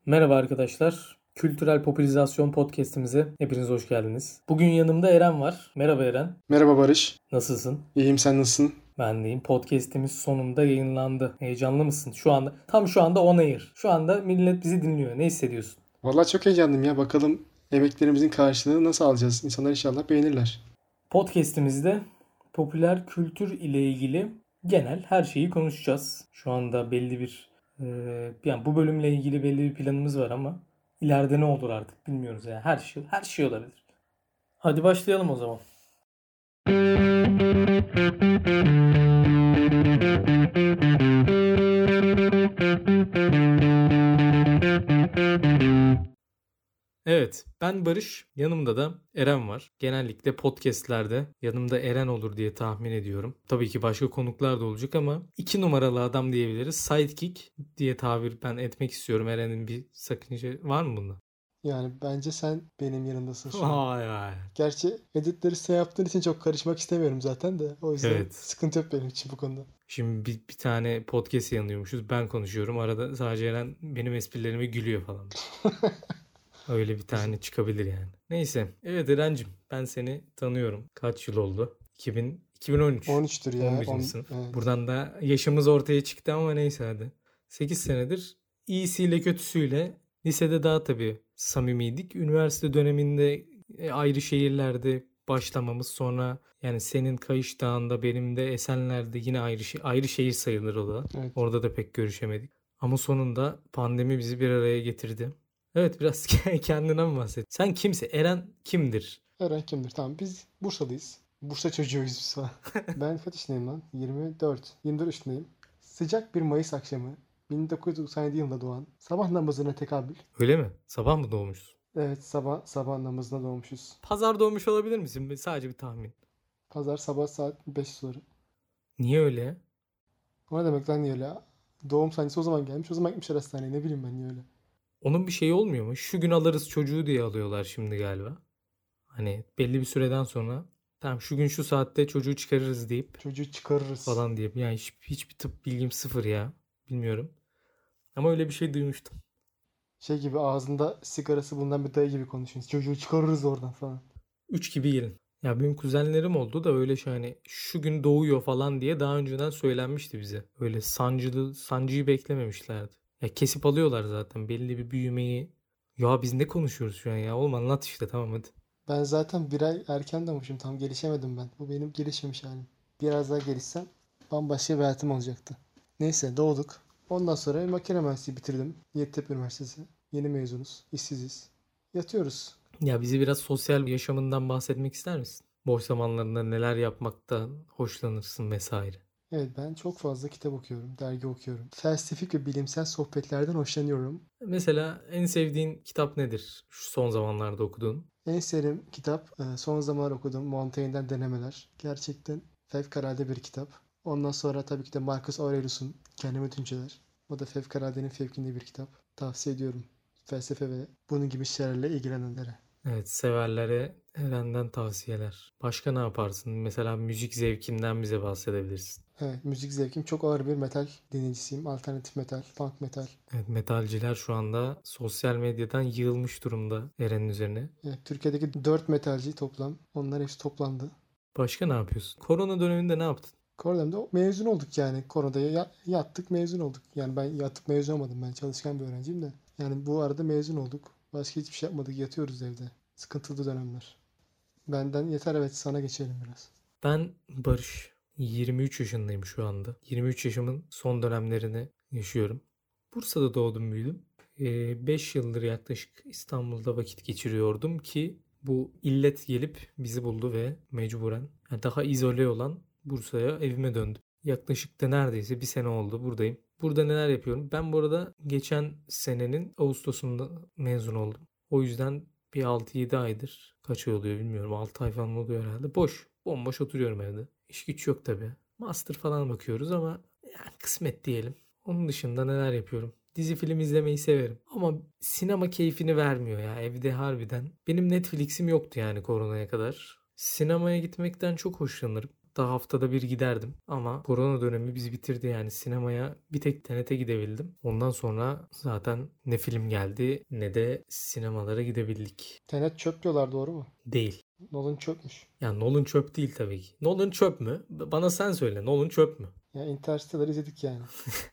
Merhaba arkadaşlar. Kültürel Popülizasyon Podcast'imize hepiniz hoş geldiniz. Bugün yanımda Eren var. Merhaba Eren. Merhaba Barış. Nasılsın? İyiyim, sen nasılsın? Ben deyim. Podcast'imiz sonunda yayınlandı. Heyecanlı mısın? Tam şu anda on air. Şu anda millet bizi dinliyor. Ne hissediyorsun? Vallahi çok heyecanlıyım ya. Bakalım emeklerimizin karşılığını nasıl alacağız? İnsanlar inşallah beğenirler. Podcast'imizde popüler kültür ile ilgili genel her şeyi konuşacağız. Şu anda belli bir yani bu bölümle ilgili belli bir planımız var ama ileride ne olur artık bilmiyoruz yani. Her şey olabilir. Hadi başlayalım o zaman. Evet, ben Barış. Yanımda da Eren var. Genellikle podcastlerde yanımda Eren olur diye tahmin ediyorum. Tabii ki başka konuklar da olacak ama 2 numaralı adam diyebiliriz. Sidekick diye tabir ben etmek istiyorum. Eren'in bir sakınca var mı bunda? Yani bence sen benim yanımdasın şu an. Vay vay. Gerçi editleri sen yaptığın için çok karışmak istemiyorum zaten de. O yüzden Evet. sıkıntı yok benim için bu konuda. Şimdi bir tane podcast yanılıyormuşuz. Ben konuşuyorum. Arada sadece Eren benim esprilerime gülüyor falan. Öyle bir Güzel. tane çıkabilir yani. Neyse. Evet Eren'cim ben seni tanıyorum. Kaç yıl oldu? 2013. 13'tür ya. 11. sınıf. Evet. Buradan da yaşımız ortaya çıktı ama neyse hadi. 8 senedir iyisiyle kötüsüyle lisede daha tabii samimiydik. Üniversite döneminde ayrı şehirlerde başlamamız sonra yani senin Kayış Dağı'nda benim de Esenler'de yine ayrı şehir sayılır o da. Evet. Orada da pek görüşemedik. Ama sonunda pandemi bizi bir araya getirdi. Evet biraz kendinden bahset. Sen kimsin? Eren kimdir? Eren kimdir? Tamam, biz Bursalıyız. Bursa çocuğuyuz biz falan. Ben kaç yaşındayım lan? 24. 24 yaşındayım. Sıcak bir Mayıs akşamı. 1997 yılında doğan. Sabah namazına tekabül. Öyle mi? Sabah mı doğmuşsun? Evet, sabah namazına doğmuşuz. Pazar doğmuş olabilir misin? Sadece bir tahmin. Pazar sabah saat 5 suları. Niye öyle? O ne demek lan niye öyle? Doğum sancısı o zaman gelmiş. O zaman gitmişler hastaneye. Ne bileyim ben niye öyle. Onun bir şeyi olmuyor mu? Şu gün alırız çocuğu diye alıyorlar şimdi galiba. Hani belli bir süreden sonra tamam şu gün şu saatte çocuğu çıkarırız deyip Çocuğu çıkarırız. falan diye. Yani hiçbir tıp bilgim sıfır ya. Bilmiyorum. Ama öyle bir şey duymuştum. Şey gibi ağzında sigarası bulunan bir dayı gibi konuşuyorsun. Çocuğu çıkarırız oradan falan. 3 gibi gelin. Ya benim kuzenlerim oldu da öyle şey hani şu gün doğuyor falan diye daha önceden söylenmişti bize. Öyle sancıyı beklememişlerdi. Ya kesip alıyorlar zaten belli bir büyümeyi. Ya biz ne konuşuyoruz şu an ya? Oğlum anlat işte tamam hadi. Ben zaten bir ay erken doğmuşum. Tam gelişemedim ben. Bu benim gelişmemiş halim. Biraz daha gelişsem bambaşka bir hayatım olacaktı. Neyse doğduk. Ondan sonra makine mühendisliği bitirdim. Yeditepe Üniversitesi. Yeni mezunuz. İşsiziz. Yatıyoruz. Ya bizi biraz sosyal yaşamından bahsetmek ister misin? Boş zamanlarında neler yapmaktan hoşlanırsın vesaire. Evet, ben çok fazla kitap okuyorum, dergi okuyorum. Felsefik ve bilimsel sohbetlerden hoşlanıyorum. Mesela en sevdiğin kitap nedir? Şu son zamanlarda okuduğun. En sevdiğim kitap son zamanlar okuduğum Montaigne'den Denemeler. Gerçekten fevkalade bir kitap. Ondan sonra tabii ki de Marcus Aurelius'un Kendimi Tünceler. O da fevkaladenin fevkinde bir kitap. Tavsiye ediyorum. Felsefe ve bunun gibi şeylerle ilgilenenlere. Evet, severlere Eren'den tavsiyeler. Başka ne yaparsın? Mesela müzik zevkinden bize bahsedebilirsin. Evet, müzik zevkim çok ağır bir metal dinleyicisiyim. Alternatif metal, funk metal. Evet, metalciler şu anda sosyal medyadan yığılmış durumda Eren'in üzerine. Evet, Türkiye'deki 4 metalci toplam. Onlar hepsi toplandı. Başka ne yapıyorsun? Korona döneminde ne yaptın? Koronada mezun olduk yani. Koronada yattık mezun olduk. Yani ben yatıp mezun olmadım. Ben çalışkan bir öğrenciyim de. Yani bu arada mezun olduk. Başka hiçbir şey yapmadık. Yatıyoruz evde. Sıkıntılı dönemler. Benden yeter, evet, sana geçelim biraz. Ben Barış. 23 yaşındayım şu anda. 23 yaşımın son dönemlerini yaşıyorum. Bursa'da doğdum büyüdüm. 5 yıldır yaklaşık İstanbul'da vakit geçiriyordum ki bu illet gelip bizi buldu ve mecburen yani daha izole olan Bursa'ya evime döndüm. Yaklaşık da neredeyse bir sene oldu buradayım. Burada neler yapıyorum? Ben bu arada geçen senenin Ağustos'unda mezun oldum. O yüzden bir 6-7 aydır kaç ay oluyor bilmiyorum. 6 ay falan oluyor herhalde. Bomboş oturuyorum evde. İş güç yok tabii. Master falan bakıyoruz ama yani kısmet diyelim. Onun dışında neler yapıyorum? Dizi film izlemeyi severim. Ama sinema keyfini vermiyor ya evde harbiden. Benim Netflix'im yoktu yani koronaya kadar. Sinemaya gitmekten çok hoşlanırım. Hatta haftada bir giderdim. Ama korona dönemi bizi bitirdi yani. Sinemaya bir tek TNT'e gidebildim. Ondan sonra zaten ne film geldi ne de sinemalara gidebildik. Tenet çöp diyorlar, doğru mu? Değil. Nolan çöpmüş. Ya Nolan çöp değil tabii ki. Nolan çöp mü? Bana sen söyle. Nolan çöp mü? Ya Interstellar izledik yani.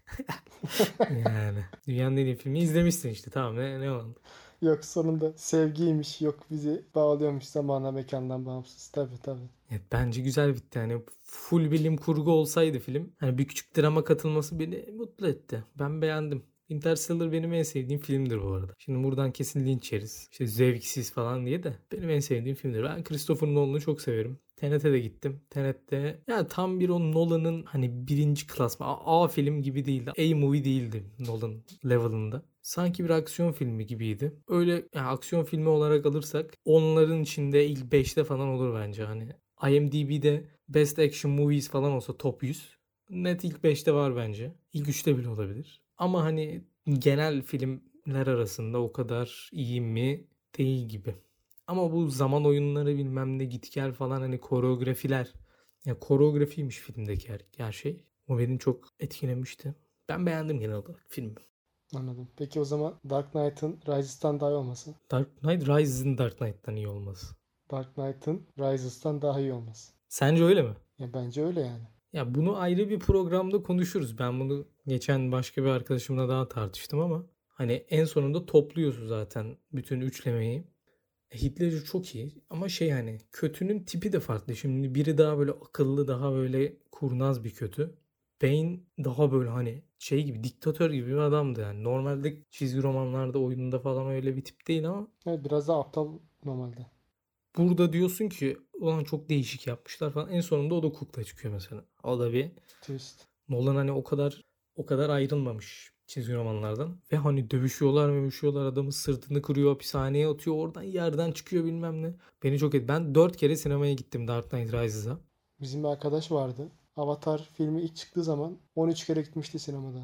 Yani dünyanın en iyi filmi izlemişsin işte. Tamam, ne oldu? Yok, sonunda sevgiymiş, yok bizi bağlıyormuş zamana mekandan bağımsız. Tabii tabii. Evet, bence güzel bitti. Yani full bilim kurgu olsaydı film, hani bir küçük drama katılması beni mutlu etti. Ben beğendim. Interstellar benim en sevdiğim filmdir bu arada. Şimdi buradan kesin linç yeriz. İşte zevksiz falan diye de benim en sevdiğim filmdir. Ben Christopher Nolan'ı çok severim. Tenet'e de gittim. Tenet'te ya tam bir o Nolan'ın hani birinci klas A film gibi değildi. A-movie değildi Nolan level'ında. Sanki bir aksiyon filmi gibiydi. Öyle yani aksiyon filmi olarak alırsak onların içinde ilk 5'te falan olur bence. Hani IMDb'de Best Action Movies falan olsa top 100. Net ilk 5'te var bence. İlk 3'te bile olabilir. Ama hani genel filmler arasında o kadar iyi mi değil gibi. Ama bu zaman oyunları bilmem ne git gel falan hani koreografiler. Ya koreografiymiş filmdeki her şey. O beni çok etkilemişti. Ben beğendim genel olarak filmi. Anladım. Peki o zaman Dark Knight'ın Rises'tan daha iyi olması? Dark Knight Rises'in Dark Knight'tan iyi olması. Dark Knight'ın Rises'tan daha iyi olması. Sence öyle mi? Ya bence öyle yani. Ya bunu ayrı bir programda konuşuruz. Ben bunu geçen başka bir arkadaşımla daha tartıştım ama hani en sonunda topluyorsun zaten bütün üçlemeyi. Hitler çok iyi ama şey hani kötünün tipi de farklı. Şimdi biri daha böyle akıllı, daha böyle kurnaz bir kötü. Bane daha böyle hani şey gibi, diktatör gibi bir adamdı yani. Normalde çizgi romanlarda, oyununda falan öyle bir tip değil ama Evet, biraz daha aptal normalde. burada diyorsun ki ulan çok değişik yapmışlar falan. En sonunda o da kukla çıkıyor mesela. O da bir Twist. Nolan hani o kadar ayrılmamış çizgi romanlardan. Ve hani dövüşüyorlar adamın sırtını kırıyor, hapishaneye atıyor, oradan yerden çıkıyor bilmem ne. Beni çok etti. Ben 4 kere sinemaya gittim Dark Knight Rises'a. Bizim bir arkadaş vardı. Avatar filmi ilk çıktığı zaman 13 kere gitmişti sinemada.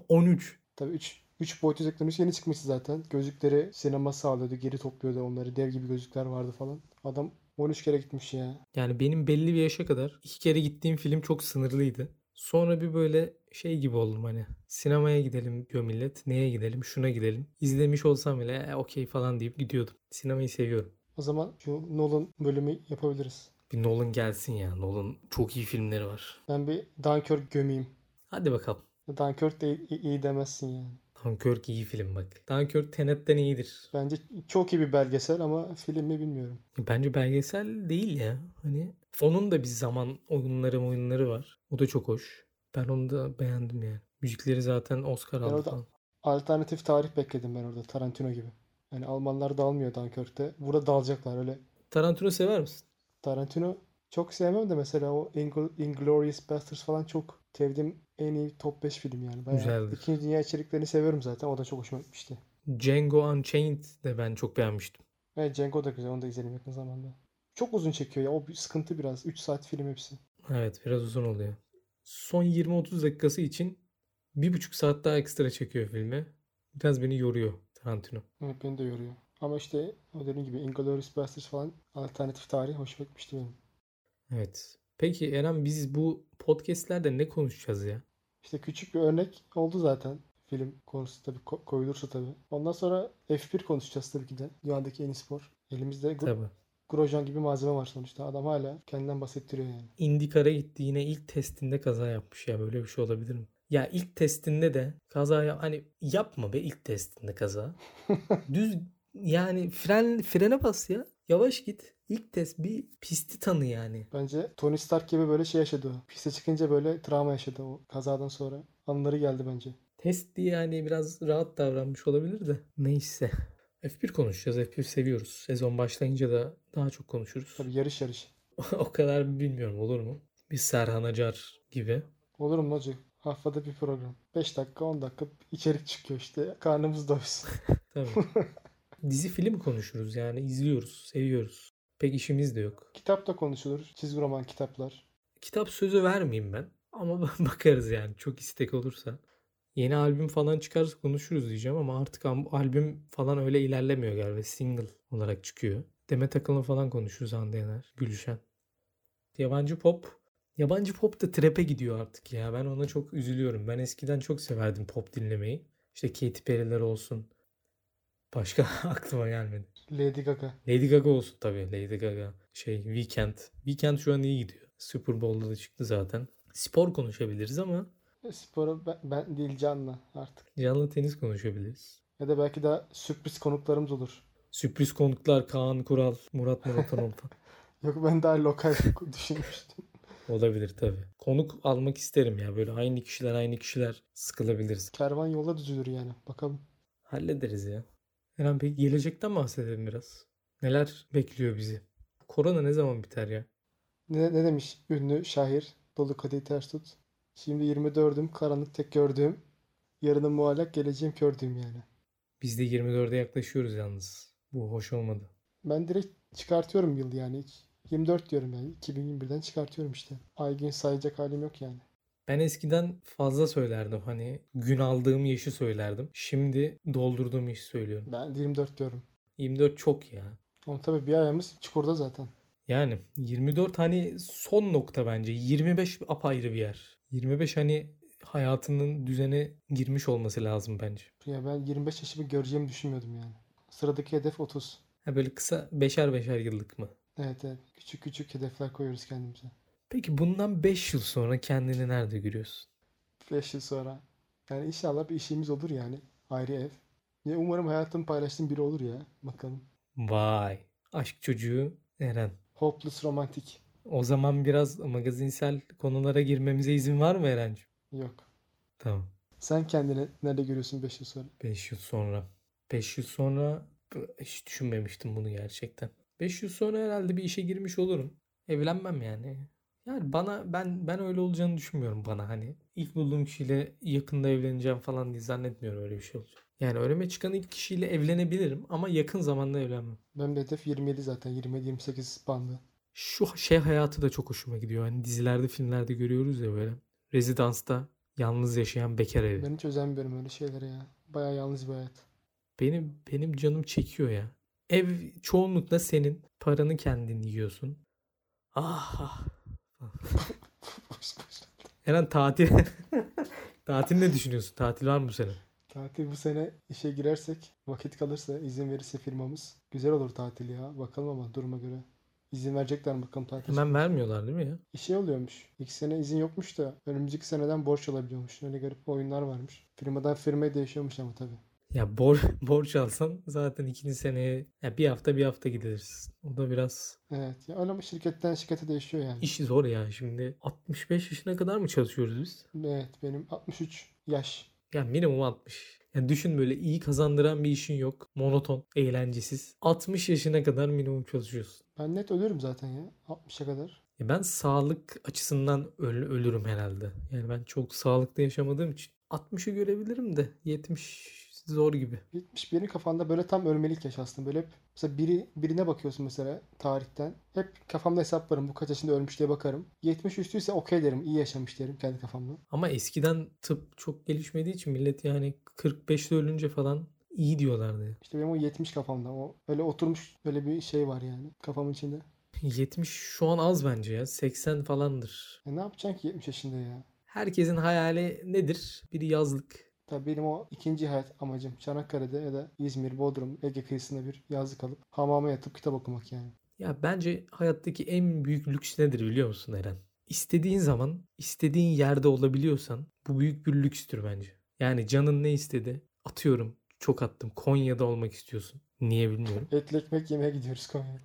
13. Tabii 3 boyutlu teknolojisi yeni çıkmıştı zaten. Gözlükleri sinema sağlıyordu, geri topluyordu onları. Dev gibi gözlükler vardı falan. Adam 13 kere gitmiş ya. Yani benim belli bir yaşa kadar 2 kere gittiğim film çok sınırlıydı. Sonra bir böyle şey gibi oldum hani. Sinemaya gidelim diyor millet. Neye gidelim? Şuna gidelim. İzlemiş olsam bile okey falan deyip gidiyordum. Sinemayı seviyorum. O zaman şu Nolan bölümü yapabiliriz. Bir Nolan gelsin ya. Nolan çok iyi filmleri var. Ben bir Dunkirk gömeyim. Hadi bakalım. Dunkirk de iyi demezsin yani. Dunkirk iyi film bak. Dunkirk Tenet'ten iyidir. Bence çok iyi bir belgesel ama film mi bilmiyorum. Bence belgesel değil ya. Hani onun da bir zaman oyunları var. O da çok hoş. Ben onu da beğendim yani. Müzikleri zaten Oscar Ben aldı orada falan. alternatif tarih bekledim, ben orada Tarantino gibi. Yani Almanlar dalmıyor Dunkirk'te. Burada dalacaklar öyle. Tarantino sever misin? Tarantino çok sevmem de mesela o Inglourious Basterds falan çok sevdiğim en iyi top 5 film yani. Bayağı Güzeldir. İkinci Dünya içeriklerini seviyorum zaten. O da çok hoşuma gitmişti. Django Unchained de ben çok beğenmiştim. Ve Django da güzel. Onu da izledim yakın zamanda. Çok uzun çekiyor ya. O bir sıkıntı biraz. 3 saat film hepsi. Evet, biraz uzun oluyor. Son 20-30 dakikası için 1,5 saat daha ekstra çekiyor filmi. Biraz beni yoruyor Tarantino. Evet, beni de yoruyor. Ama işte o dediğim gibi Inglourious Basterds falan alternatif tarih hoşuma gitmişti benim. Evet. Peki Eren, biz bu podcastlerde ne konuşacağız ya? İşte küçük bir örnek oldu zaten. Film konusu tabii koyulursa tabii. Ondan sonra F1 konuşacağız tabii ki de. Dünyadaki en iyi spor. Elimizde Tabii. Grosjean gibi malzeme var sonuçta. Adam hala kendinden bahsettiriyor yani. IndyCar'a gitti, yine ilk testinde kaza yapmış ya, böyle bir şey olabilir mi? Ya ilk testinde de kaza hani yapma be, ilk testinde kaza. Düz yani frene bas ya. Yavaş git. İlk test bir pisti tanı yani. Bence Tony Stark gibi böyle şey yaşadı o. Piste çıkınca böyle travma yaşadı o kazadan sonra. Anıları geldi bence. Test diye yani biraz rahat davranmış olabilir de. Neyse. F1 konuşacağız. F1 seviyoruz. Sezon başlayınca da daha çok konuşuruz. Tabii yarış. O kadar bilmiyorum, olur mu? Bir Serhan Acar gibi. Olur mu hacı? Haftada bir program. 5 dakika 10 dakika içerik çıkıyor işte. Karnımız doysun. Tabii. Dizi film konuşuruz yani, izliyoruz, seviyoruz. Pek işimiz de yok. Kitap da konuşulur. Çizgi roman kitaplar. Kitap sözü vermeyeyim ben. Ama bakarız yani, çok istek olursa. Yeni albüm falan çıkarsa konuşuruz diyeceğim ama artık albüm falan öyle ilerlemiyor galiba. Single olarak çıkıyor. Demet Akalın falan konuşuruz, Hande Yener, Gülşen. Yabancı pop Yabancı pop da trap'e gidiyor artık ya. Ben ona çok üzülüyorum. Ben eskiden çok severdim pop dinlemeyi. İşte Katy Perry'ler olsun. Başka aklıma gelmedi. Lady Gaga. Lady Gaga olsun tabii. Lady Gaga. Weekend. Weekend şu an iyi gidiyor. Super Bowl'da da çıktı zaten. Spor konuşabiliriz ama Sporu ben değil Can'la artık. canlı tenis konuşabiliriz. Ya da belki daha sürpriz konuklarımız olur. Sürpriz konuklar Kaan Kural, Murat Muratonon falan. Yok ben daha lokal düşünmüştüm. Olabilir tabii. Konuk almak isterim ya. Böyle aynı kişiler sıkılabiliriz. Kervan yolda düzülür yani. Bakalım. Hallederiz ya. Eren peki gelecekten bahsedelim biraz. Neler bekliyor bizi? Korona ne zaman biter ya? Ne demiş ünlü şair? Dolu kadehi ters tut. Şimdi 24'üm karanlık tek gördüğüm. Yarının muallak geleceğim kördüğüm yani. Biz de 24'e yaklaşıyoruz yalnız. Bu hoş olmadı. Ben direkt çıkartıyorum yıl yani. 24 diyorum yani. 2021'den çıkartıyorum işte. Ay gün sayacak halim yok yani. Ben eskiden fazla söylerdim. Hani gün aldığım yaşı söylerdim. Şimdi doldurduğum yaşı söylüyorum. Ben de 24 diyorum. 24 çok ya. Ama tabii bir ayımız çukurda zaten. Yani 24 hani son nokta bence. 25 apayrı bir yer. 25 hani hayatının düzene girmiş olması lazım bence. Ya ben 25 yaşımı göreceğimi düşünmüyordum yani. Sıradaki hedef 30. Ha böyle kısa beşer beşer yıllık mı? Evet evet. Küçük küçük hedefler koyuyoruz kendimize. Peki bundan 5 yıl sonra kendini nerede görüyorsun? 5 yıl sonra. Yani inşallah bir işimiz olur yani. Ayrı ev. Ya umarım hayatımı paylaştığım biri olur ya. Bakalım. Vay. Aşk çocuğu Eren. Hopeless romantik. O zaman biraz magazinsel konulara girmemize izin var mı Eren'ciğim? Yok. Tamam. Sen kendini nerede görüyorsun 5 yıl sonra? 5 yıl sonra. 5 yıl sonra hiç düşünmemiştim bunu gerçekten. 5 yıl sonra herhalde bir işe girmiş olurum. Evlenmem yani. Yani ben öyle olacağını düşünmüyorum bana hani. İlk bulduğum kişiyle yakında evleneceğim falan diye zannetmiyorum öyle bir şey olacak. Yani önüme çıkan ilk kişiyle evlenebilirim ama yakın zamanda evlenmem. Benim de hedef 27 zaten. 27-28 bandı. Şu şey hayatı da çok hoşuma gidiyor. Hani dizilerde, filmlerde görüyoruz ya böyle. Rezidansta yalnız yaşayan bekar evi. Ben hiç özenmiyorum öyle şeylere ya. Baya yalnız bir hayat. Benim canım çekiyor ya. Ev çoğunlukla senin. Paranı kendin yiyorsun. Ah, ah. Boş boş. Eren tatil. Tatil ne düşünüyorsun? Tatil var mı bu sene? Tatil bu sene işe girersek, vakit kalırsa, izin verirse firmamız. Güzel olur tatil ya. Bakalım ama duruma göre. İzin verecekler mi bakalım tatil Hemen çıkmış. vermiyorlar değil mi ya? İşe oluyormuş. İlk sene izin yokmuş da önümüzdeki seneden borç alabiliyormuş. Öyle garip oyunlar varmış. Firmadan firmaya değişiyormuş ama tabii. Ya borç alsan zaten ikinci seneye ya bir hafta gideriz. O da biraz Evet. Ya öyle ama şirketten şirkete değişiyor yani. işi zor ya. Şimdi 65 yaşına kadar mı çalışıyoruz biz? Evet benim 63 yaş. Ya minimum 60. Yani düşün böyle iyi kazandıran bir işin yok. Monoton, eğlencesiz. 60 yaşına kadar minimum çalışıyorsun. Ben net ölürüm zaten ya. 60'a kadar. Ya ben sağlık açısından ölürüm herhalde. Yani ben çok sağlıklı yaşamadığım için 60'ı görebilirim de 70 zor gibi. 71'in kafanda böyle tam ölmelik yaş aslında. Böyle hep mesela birine bakıyorsun mesela tarihten. Hep kafamda hesaplarım. Bu kaç yaşında ölmüş diye bakarım. 70 üstüyse okey derim. İyi yaşamış derim kendi kafamda. Ama eskiden tıp çok gelişmediği için millet yani 45'te ölünce falan iyi diyorlardı. İşte benim o 70 kafamda. O öyle oturmuş böyle bir şey var yani kafamın içinde. 70 şu an az bence ya. 80 falandır. Ne yapacaksın ki 70 yaşında ya? Herkesin hayali nedir? Biri yazlık. Tabii benim o ikinci hayat amacım Çanakkale'de ya da İzmir, Bodrum, Ege kıyısında bir yazlık alıp hamama yatıp kitap okumak yani. Ya bence hayattaki en büyük lüks nedir biliyor musun Eren? İstediğin zaman, istediğin yerde olabiliyorsan bu büyük bir lükstür bence. Yani canın ne istedi? Atıyorum, çok attım. Konya'da olmak istiyorsun. Niye bilmiyorum. Etli ekmek yemeye gidiyoruz Konya'ya.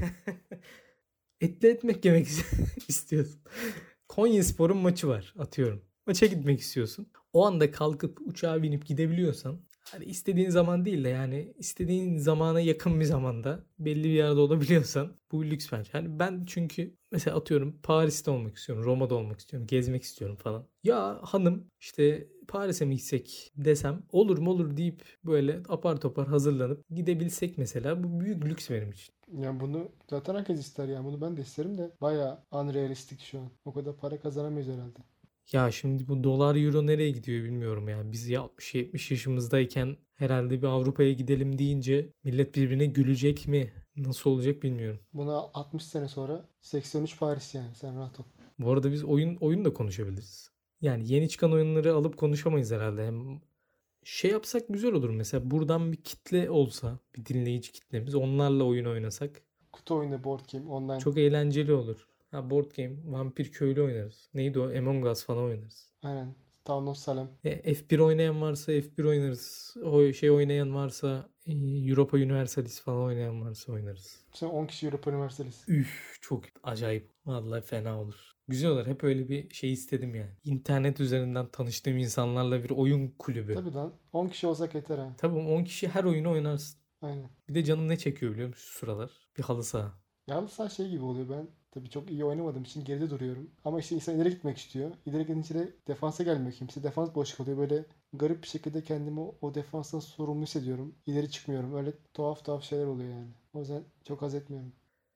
Etli ekmek yemek istiyorsun. Konyaspor'un maçı var atıyorum. Maça gitmek istiyorsun. O anda kalkıp uçağa binip gidebiliyorsan hani istediğin zaman değil de yani istediğin zamana yakın bir zamanda belli bir yerde olabiliyorsan bu lüks bence. Hani ben çünkü mesela atıyorum Paris'te olmak istiyorum, Roma'da olmak istiyorum, gezmek istiyorum falan. Ya hanım işte Paris'e mi gitsek desem olur mu olur deyip böyle apar topar hazırlanıp gidebilsek mesela bu büyük lüks benim için. Yani bunu zaten herkes ister yani. Bunu ben de isterim de bayağı unrealistik şu an. O kadar para kazanamayız herhalde. Ya şimdi bu dolar euro nereye gidiyor bilmiyorum ya. Biz 60-70 yaşımızdayken herhalde bir Avrupa'ya gidelim deyince millet birbirine gülecek mi? Nasıl olacak bilmiyorum. Buna 60 sene sonra 83 Paris yani. Sen rahat ol. Bu arada biz oyun da konuşabiliriz. Yani yeni çıkan oyunları alıp konuşamayız herhalde. Hem şey yapsak güzel olur mesela. Buradan bir kitle olsa, bir dinleyici kitlemiz. Onlarla oyun oynasak Kutu oyunu, board game, online. çok eğlenceli olur. Ha, board game, Vampir Köylü oynarız. Neydi o? Among Us falan oynarız. Aynen. Town of Salem. F1 oynayan varsa F1 oynarız. O şey oynayan varsa Europa Universalis falan oynayan varsa oynarız. Şimdi 10 kişi Europa Universalis. Üf, çok acayip. Vallahi fena olur. Güzel olur. Hep öyle bir şey istedim yani. İnternet üzerinden tanıştığım insanlarla bir oyun kulübü. Tabii lan. 10 kişi olsak yeter ha. Tabii 10 kişi her oyunu oynarsın. Aynen. Bir de canım ne çekiyor biliyor musun şu sıralar? Bir halı saha. Yalnız sen şey gibi oluyor, ben tabii çok iyi oynamadığım için geride duruyorum. Ama işte insan ileri gitmek istiyor. İleri gidince de defansa gelmiyor kimse. Defans boş kalıyor. Böyle garip bir şekilde kendimi o defanstan sorumlu hissediyorum. İleri çıkmıyorum. Öyle tuhaf tuhaf şeyler oluyor yani. O yüzden çok haz etmiyorum.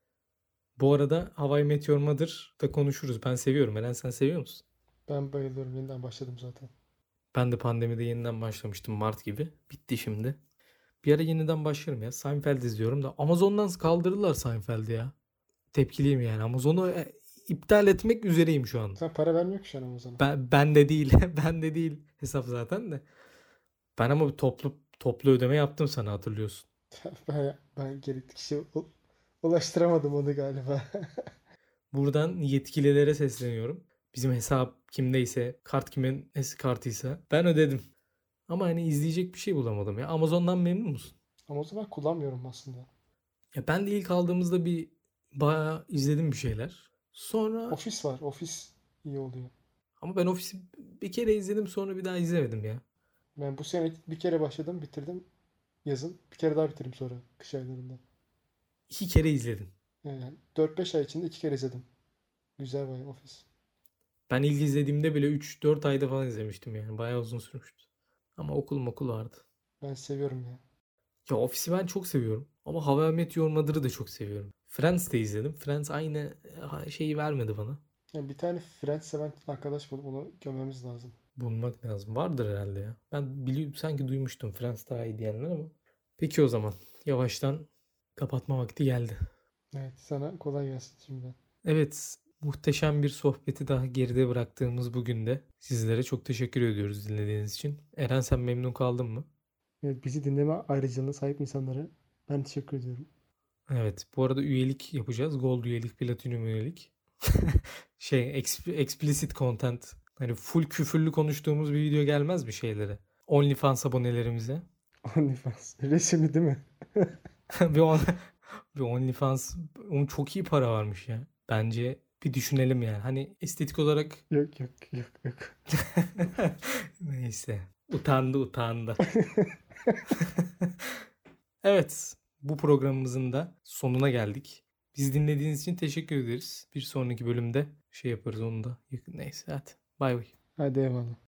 Bu arada How I Met Your Mother'da konuşuruz. Ben seviyorum. Eren sen seviyor musun? Ben bayılıyorum. Yeniden başladım zaten. Ben de pandemide yeniden başlamıştım Mart gibi. Bitti şimdi. Bir ara yeniden başlarım ya. Seinfeld izliyorum da Amazon'dan kaldırdılar Seinfeld'i ya. Tepkiliyim yani. Amazon'u iptal etmek üzereyim şu an. Sen para vermiyor ki şu an Amazon'a. Ben de değil. Ben de değil hesap zaten de. Ben ama bir toplu ödeme yaptım sana hatırlıyorsun. Ben gerekli kişiye ulaştıramadım onu galiba. Buradan yetkililere sesleniyorum. Bizim hesap kimdeyse, kart kimin kartıysa ben ödedim. Ama hani izleyecek bir şey bulamadım ya. Amazon'dan memnun musun? Amazon'u ben kullanmıyorum aslında. Ya ben de ilk aldığımızda bayağı izledim bir şeyler. Sonra Ofis var. Ofis iyi oluyor. ama ben Ofis'i bir kere izledim sonra bir daha izlemedim ya. Ben bu sene bir kere başladım, bitirdim yazın. Bir kere daha bitiririm sonra kış aylarında. 2 kere izledim. Yani 4-5 ay içinde 2 kere izledim. Güzel bayağı Ofis. Ben ilk izlediğimde bile 3-4 ayda falan izlemiştim yani. Bayağı uzun sürmüştü. Ama okul vardı. Ben seviyorum ya. Ya Ofis'i ben çok seviyorum. Ama How I Met Your Mother'ı da çok seviyorum. Friends de izledim. Friends aynı şeyi vermedi bana. Yani bir tane Friends seven arkadaş bulup onu gömmemiz lazım. Bulmak lazım. Vardır herhalde ya. Ben biliyorum sanki duymuştum Friends daha iyi diyenler ama. Peki o zaman yavaştan kapatma vakti geldi. Evet, sana kolay gelsin şimdiden. Evet, muhteşem bir sohbeti daha geride bıraktığımız bugün de sizlere çok teşekkür ediyoruz dinlediğiniz için. Eren sen memnun kaldın mı? Evet, bizi dinleme ayrıcalığına sahip insanlara ben teşekkür ediyorum. Evet, bu arada üyelik yapacağız. Gold üyelik, Platinum üyelik. Explicit content. Hani full küfürlü konuştuğumuz bir video gelmez mi şeylere? OnlyFans abonelerimize. OnlyFans. Resimli değil mi? bir, on, bir OnlyFans, onun çok iyi para varmış ya. Bence bir düşünelim yani. Hani estetik olarak Yok yok yok yok. neyse. Utandı. Evet, bu programımızın da sonuna geldik. Biz dinlediğiniz için teşekkür ederiz. Bir sonraki bölümde şey yaparız onu da. Neyse hadi. Bay bay. Hadi eyvallah.